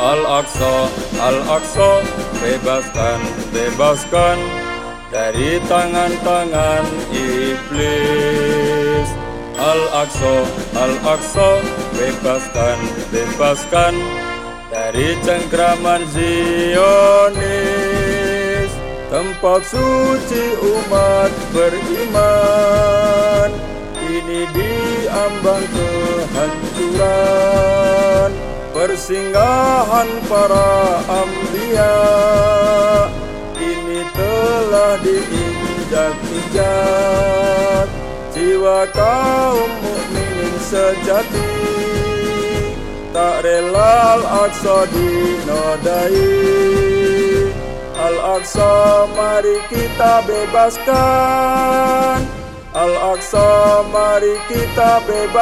Al-Aqsa, Al-Aqsa, bebaskan, bebaskan dari tangan-tangan iblis. Al-Aqsa, Al-Aqsa, bebaskan, bebaskan dari cengkraman Zionis. Tempat suci umat beriman ini diambang kehancuran. Persinggahan para anbiya ini telah diinjak-injak. Jiwa kaum mukminin sejati tak rela Al-Aqsa dinodai. Al-Aqsa mari kita bebaskan. Al-Aqsa mari kita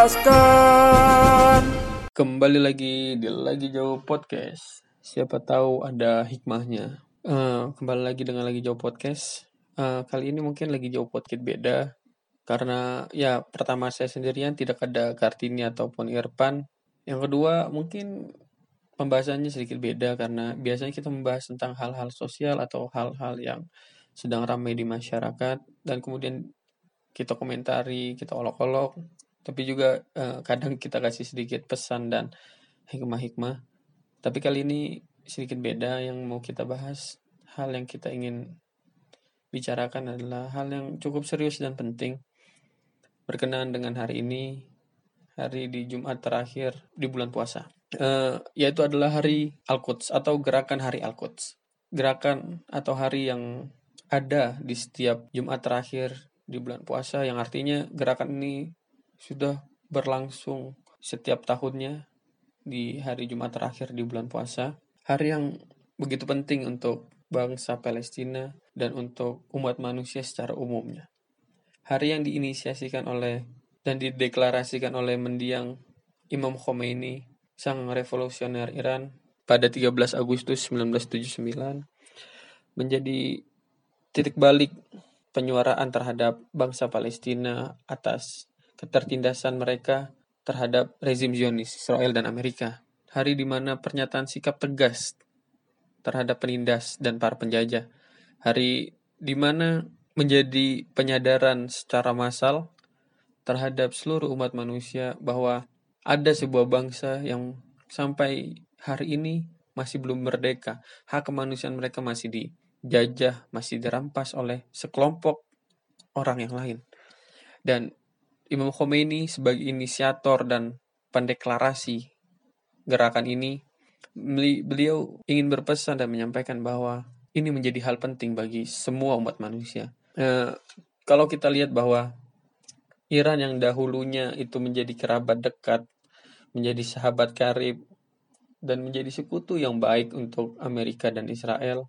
bebaskan. Kembali lagi di Lagi Jauh Podcast. Siapa tahu ada hikmahnya. Kembali lagi dengan Lagi Jauh Podcast. Kali ini mungkin Lagi Jauh Podcast beda. Karena ya pertama saya sendirian, tidak ada Kartini ataupun Irfan. Yang kedua mungkin pembahasannya sedikit beda. Karena biasanya kita membahas tentang hal-hal sosial atau hal-hal yang sedang ramai di masyarakat. Dan kemudian kita komentari, kita olok-olok. Tapi juga kadang kita kasih sedikit pesan dan hikmah-hikmah. Tapi kali ini sedikit beda yang mau kita bahas. Hal yang kita ingin bicarakan adalah hal yang cukup serius dan penting. Berkenaan dengan hari ini, hari di Jumat terakhir di bulan puasa. Yaitu adalah hari Al-Quds atau gerakan hari Al-Quds. Gerakan atau hari yang ada di setiap Jumat terakhir di bulan puasa, yang artinya gerakan ini sudah berlangsung setiap tahunnya di hari Jumat terakhir di bulan puasa. Hari yang begitu penting untuk bangsa Palestina dan untuk umat manusia secara umumnya. Hari yang diinisiasikan oleh dan dideklarasikan oleh mendiang Imam Khomeini, sang revolusioner Iran, pada 13 Agustus 1979, menjadi titik balik penyuaraan terhadap bangsa Palestina atas ketertindasan mereka terhadap rezim Zionis, Israel dan Amerika. Hari di mana pernyataan sikap tegas terhadap penindas dan para penjajah. Hari di mana menjadi penyadaran secara massal terhadap seluruh umat manusia bahwa ada sebuah bangsa yang sampai hari ini masih belum merdeka. Hak kemanusiaan mereka masih dijajah, masih dirampas oleh sekelompok orang yang lain. Dan Imam Khomeini sebagai inisiator dan pendeklarasi gerakan ini, beliau ingin berpesan dan menyampaikan bahwa ini menjadi hal penting bagi semua umat manusia. Kalau kita lihat bahwa Iran yang dahulunya itu menjadi kerabat dekat, menjadi sahabat karib, dan menjadi sekutu yang baik untuk Amerika dan Israel,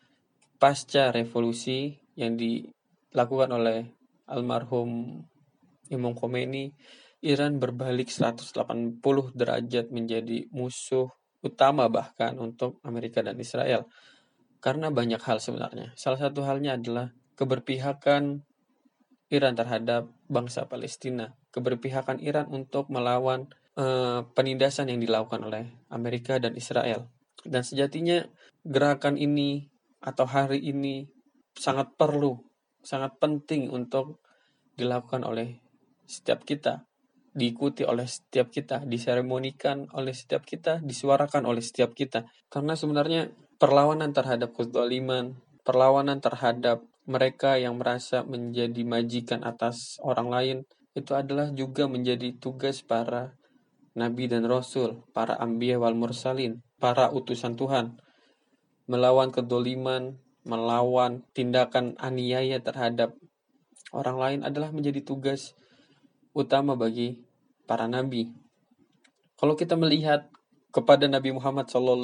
pasca revolusi yang dilakukan oleh almarhum Imam Khomeini, Iran berbalik 180 derajat menjadi musuh utama bahkan untuk Amerika dan Israel. Karena banyak hal sebenarnya. Salah satu halnya adalah keberpihakan Iran terhadap bangsa Palestina. Keberpihakan Iran untuk melawan penindasan yang dilakukan oleh Amerika dan Israel. Dan sejatinya gerakan ini atau hari ini sangat perlu, sangat penting untuk dilakukan oleh setiap kita, diikuti oleh setiap kita, diseremonikan oleh setiap kita, disuarakan oleh setiap kita. Karena sebenarnya perlawanan terhadap kezaliman, perlawanan terhadap mereka yang merasa menjadi majikan atas orang lain, itu adalah juga menjadi tugas para nabi dan rasul, para anbiya wal mursalin, para utusan Tuhan. Melawan kezaliman, melawan tindakan aniaya terhadap orang lain adalah menjadi tugas utama bagi para nabi. Kalau kita melihat kepada Nabi Muhammad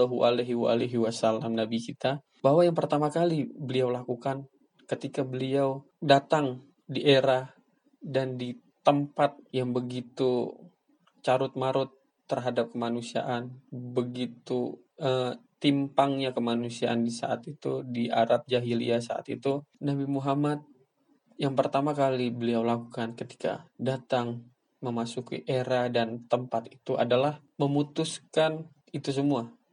SAW, Nabi kita, bahwa yang pertama kali beliau lakukan ketika beliau datang di era dan di tempat yang begitu carut marut terhadap kemanusiaan, begitu timpangnya kemanusiaan di saat itu, di Arab Jahiliyah saat itu, Nabi Muhammad yang pertama kali beliau lakukan ketika datang memasuki era dan tempat itu adalah memutuskan itu semua.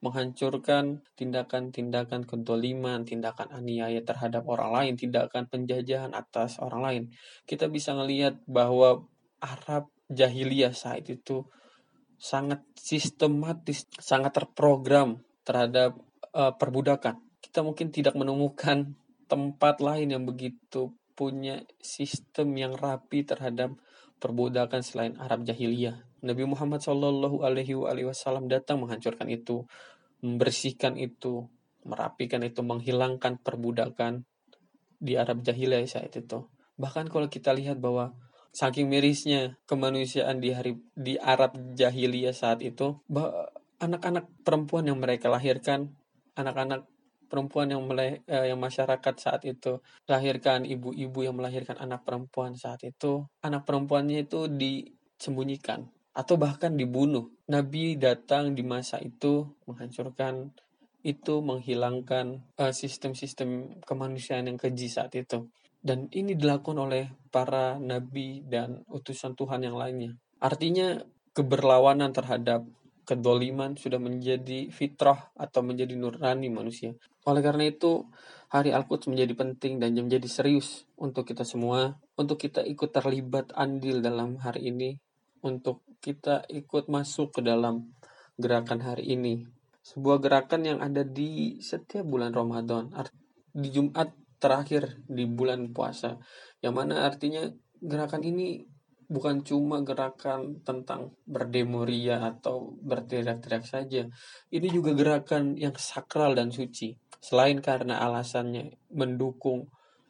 menghancurkan tindakan-tindakan kedoliman, tindakan aniaya terhadap orang lain, tindakan penjajahan atas orang lain. Kita bisa ngelihat bahwa Arab jahiliyah saat itu sangat sistematis, sangat terprogram terhadap perbudakan. Kita mungkin tidak menemukan tempat lain yang begitu punya sistem yang rapi terhadap perbudakan selain Arab jahiliyah. Nabi Muhammad Shallallahu Alaihi Wasallam datang menghancurkan itu, membersihkan itu, merapikan itu, menghilangkan perbudakan di Arab jahiliyah saat itu. Bahkan kalau kita lihat bahwa saking mirisnya kemanusiaan di Arab jahiliyah saat itu, anak-anak perempuan yang mereka lahirkan, anak-anak perempuan yang masyarakat saat itu lahirkan, ibu-ibu yang melahirkan anak perempuan saat itu, anak perempuannya itu disembunyikan atau bahkan dibunuh. Nabi datang di masa itu menghancurkan itu, menghilangkan sistem-sistem kemanusiaan yang keji saat itu. Dan ini dilakukan oleh para nabi dan utusan Tuhan yang lainnya. Artinya keberlawanan terhadap kedoliman sudah menjadi fitrah atau menjadi nurani manusia. Oleh karena itu, hari Al-Quds menjadi penting dan menjadi serius untuk kita semua, untuk kita ikut terlibat andil dalam hari ini, untuk kita ikut masuk ke dalam gerakan hari ini. Sebuah gerakan yang ada di setiap bulan Ramadan, di Jumat terakhir di bulan puasa, yang mana artinya gerakan ini bukan cuma gerakan tentang berdemo ria atau berteriak-teriak saja. Ini juga gerakan yang sakral dan suci. Selain karena alasannya mendukung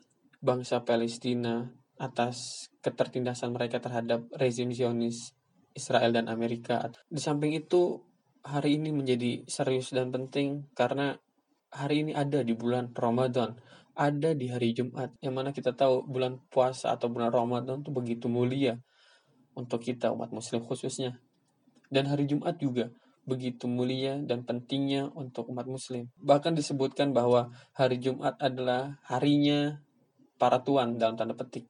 bangsa Palestina atas ketertindasan mereka terhadap rezim Zionis Israel dan Amerika. Di samping itu, hari ini menjadi serius dan penting karena hari ini ada di bulan Ramadan, ada di hari Jumat, yang mana kita tahu bulan puasa atau bulan Ramadan itu begitu mulia untuk kita umat muslim khususnya. Dan hari Jumat juga begitu mulia dan pentingnya untuk umat muslim. Bahkan disebutkan bahwa hari Jumat adalah harinya para tuan dalam tanda petik.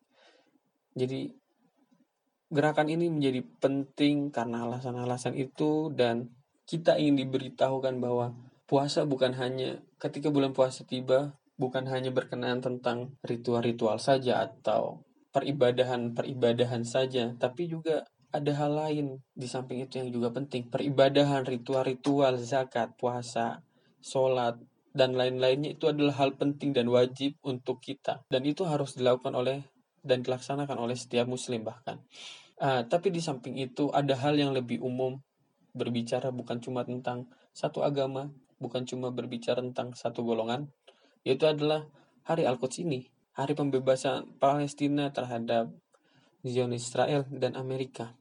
Jadi gerakan ini menjadi penting karena alasan-alasan itu, dan kita ingin diberitahukan bahwa puasa bukan hanya ketika bulan puasa tiba, bukan hanya berkenaan tentang ritual-ritual saja atau peribadahan saja, tapi juga ada hal lain di samping itu yang juga penting. Peribadahan, ritual-ritual, zakat, puasa, sholat, dan lain-lainnya itu adalah hal penting dan wajib untuk kita. Dan itu harus dilakukan dan dilaksanakan oleh setiap muslim bahkan. Tapi di samping itu ada hal yang lebih umum, berbicara bukan cuma tentang satu agama, bukan cuma berbicara tentang satu golongan, yaitu adalah hari Al-Quds ini, hari pembebasan Palestina terhadap Zionis Israel dan Amerika.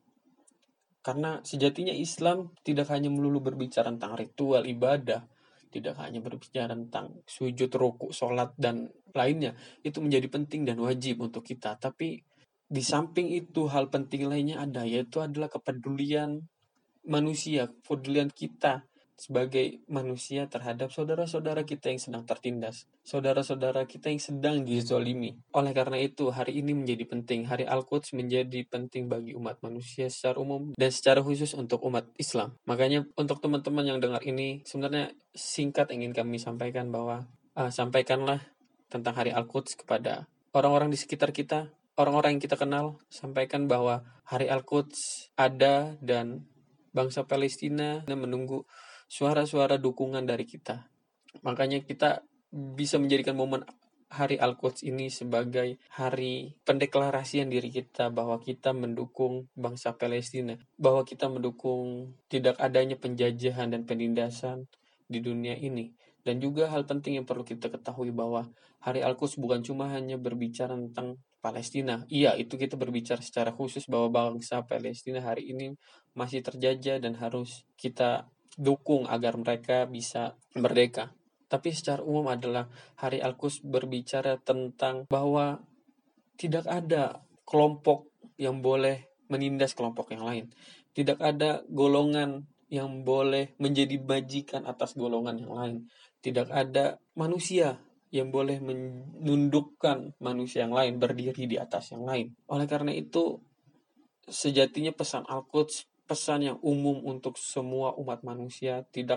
Karena sejatinya Islam tidak hanya melulu berbicara tentang ritual ibadah, tidak hanya berbicara tentang sujud, ruku, sholat, dan lainnya. Itu menjadi penting dan wajib untuk kita. Tapi di samping itu hal penting lainnya ada, yaitu adalah kepedulian manusia, kepedulian kita sebagai manusia terhadap saudara-saudara kita yang sedang tertindas, saudara-saudara kita yang sedang dizolimi. Oleh karena itu, hari ini menjadi penting. Hari Al-Quds menjadi penting bagi umat manusia secara umum dan secara khusus untuk umat Islam. Makanya untuk teman-teman yang dengar ini, sebenarnya singkat ingin kami sampaikan bahwa sampaikanlah tentang hari Al-Quds kepada orang-orang di sekitar kita, orang-orang yang kita kenal. Sampaikan bahwa hari Al-Quds ada dan bangsa Palestina menunggu suara-suara dukungan dari kita. Makanya kita bisa menjadikan momen hari Al-Quds ini sebagai hari pendeklarasian diri kita bahwa kita mendukung bangsa Palestina, bahwa kita mendukung tidak adanya penjajahan dan penindasan di dunia ini. Dan juga hal penting yang perlu kita ketahui bahwa hari Al-Quds bukan cuma hanya berbicara tentang Palestina. Iya, itu kita berbicara secara khusus bahwa bangsa Palestina hari ini masih terjajah dan harus kita dukung agar mereka bisa merdeka. Tapi secara umum adalah hari Al-Quds berbicara tentang bahwa tidak ada kelompok yang boleh menindas kelompok yang lain. Tidak ada golongan yang boleh menjadi majikan atas golongan yang lain. Tidak ada manusia yang boleh menundukkan manusia yang lain, berdiri di atas yang lain. Oleh karena itu, sejatinya pesan Al-Quds, pesan yang umum untuk semua umat manusia, tidak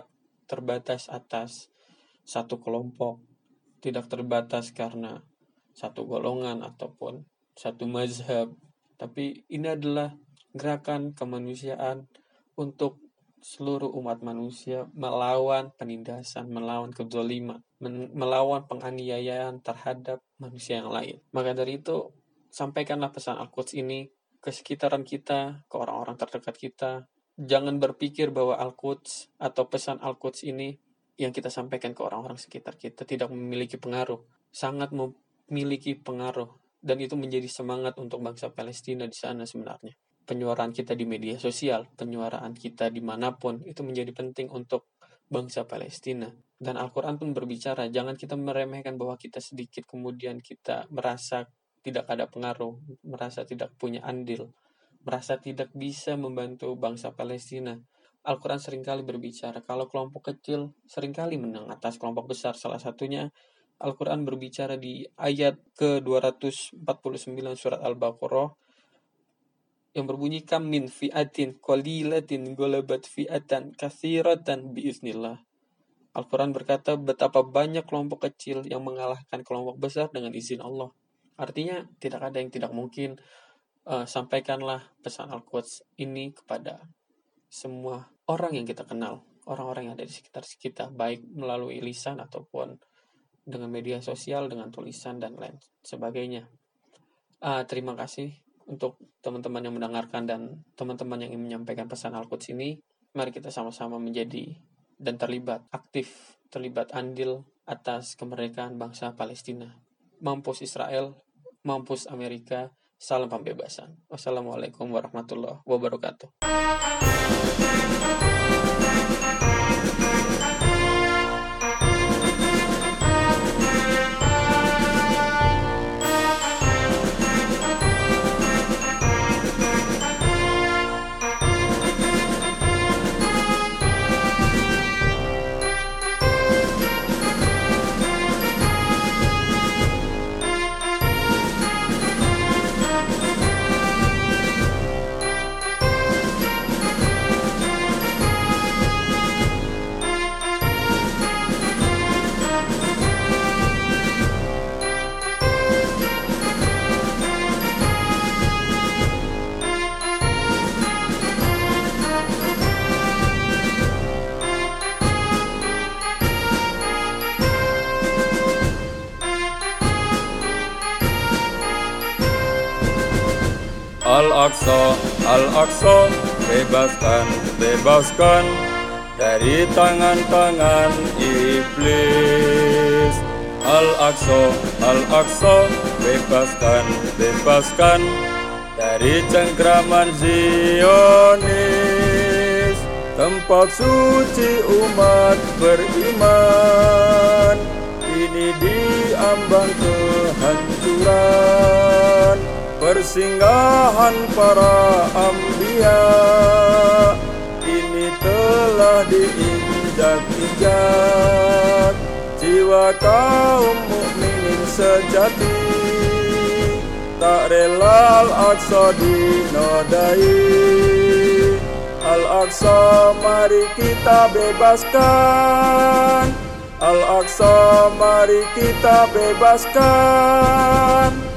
terbatas atas satu kelompok, tidak terbatas karena satu golongan ataupun satu mazhab, tapi ini adalah gerakan kemanusiaan untuk seluruh umat manusia melawan penindasan, melawan kezaliman, melawan penganiayaan terhadap manusia yang lain. Maka dari itu, sampaikanlah pesan Al-Quds ini ke sekitaran kita, ke orang-orang terdekat kita. Jangan berpikir bahwa Al-Quds atau pesan Al-Quds ini yang kita sampaikan ke orang-orang sekitar kita tidak memiliki pengaruh. Sangat memiliki pengaruh, dan itu menjadi semangat untuk bangsa Palestina di sana sebenarnya. Penyuaraan kita di media sosial, penyuaraan kita dimanapun, itu menjadi penting untuk bangsa Palestina. Dan Al-Quran pun berbicara, jangan kita meremehkan bahwa kita sedikit, kemudian kita merasa tidak ada pengaruh, merasa tidak punya andil, merasa tidak bisa membantu bangsa Palestina. Al-Quran seringkali berbicara, kalau kelompok kecil seringkali menang atas kelompok besar. Salah satunya Al-Quran berbicara di ayat ke-249 surat Al-Baqarah, yang berbunyi, kam min fi'atin qalilatin ghalabat fi'atan katsiratan biiznillah. Al-Quran berkata, betapa banyak kelompok kecil yang mengalahkan kelompok besar dengan izin Allah. Artinya tidak ada yang tidak mungkin. Sampaikanlah pesan Al-Quds ini kepada semua orang yang kita kenal, orang-orang yang ada di sekitar kita, baik melalui lisan ataupun dengan media sosial, dengan tulisan dan lain sebagainya. Terima kasih untuk teman-teman yang mendengarkan dan teman-teman yang ingin menyampaikan pesan Al-Quds ini. Mari kita sama-sama menjadi dan terlibat aktif, terlibat andil atas kemerdekaan bangsa Palestina. Mampus Israel, mampus Amerika, salam pembebasan. Wassalamualaikum warahmatullahi wabarakatuh. Al-Aqsa, Al-Aqsa, bebaskan, bebaskan dari tangan-tangan iblis. Al-Aqsa, Al-Aqsa, bebaskan, bebaskan dari cengkraman Zionis. Tempat suci umat beriman kini diambang kehancuran. Persinggahan para anbiya ini telah diinjak-injak. Jiwa kaum mukminin sejati tak rela Al-Aqsa dinodai. Al-Aqsa mari kita bebaskan, Al-Aqsa mari kita bebaskan.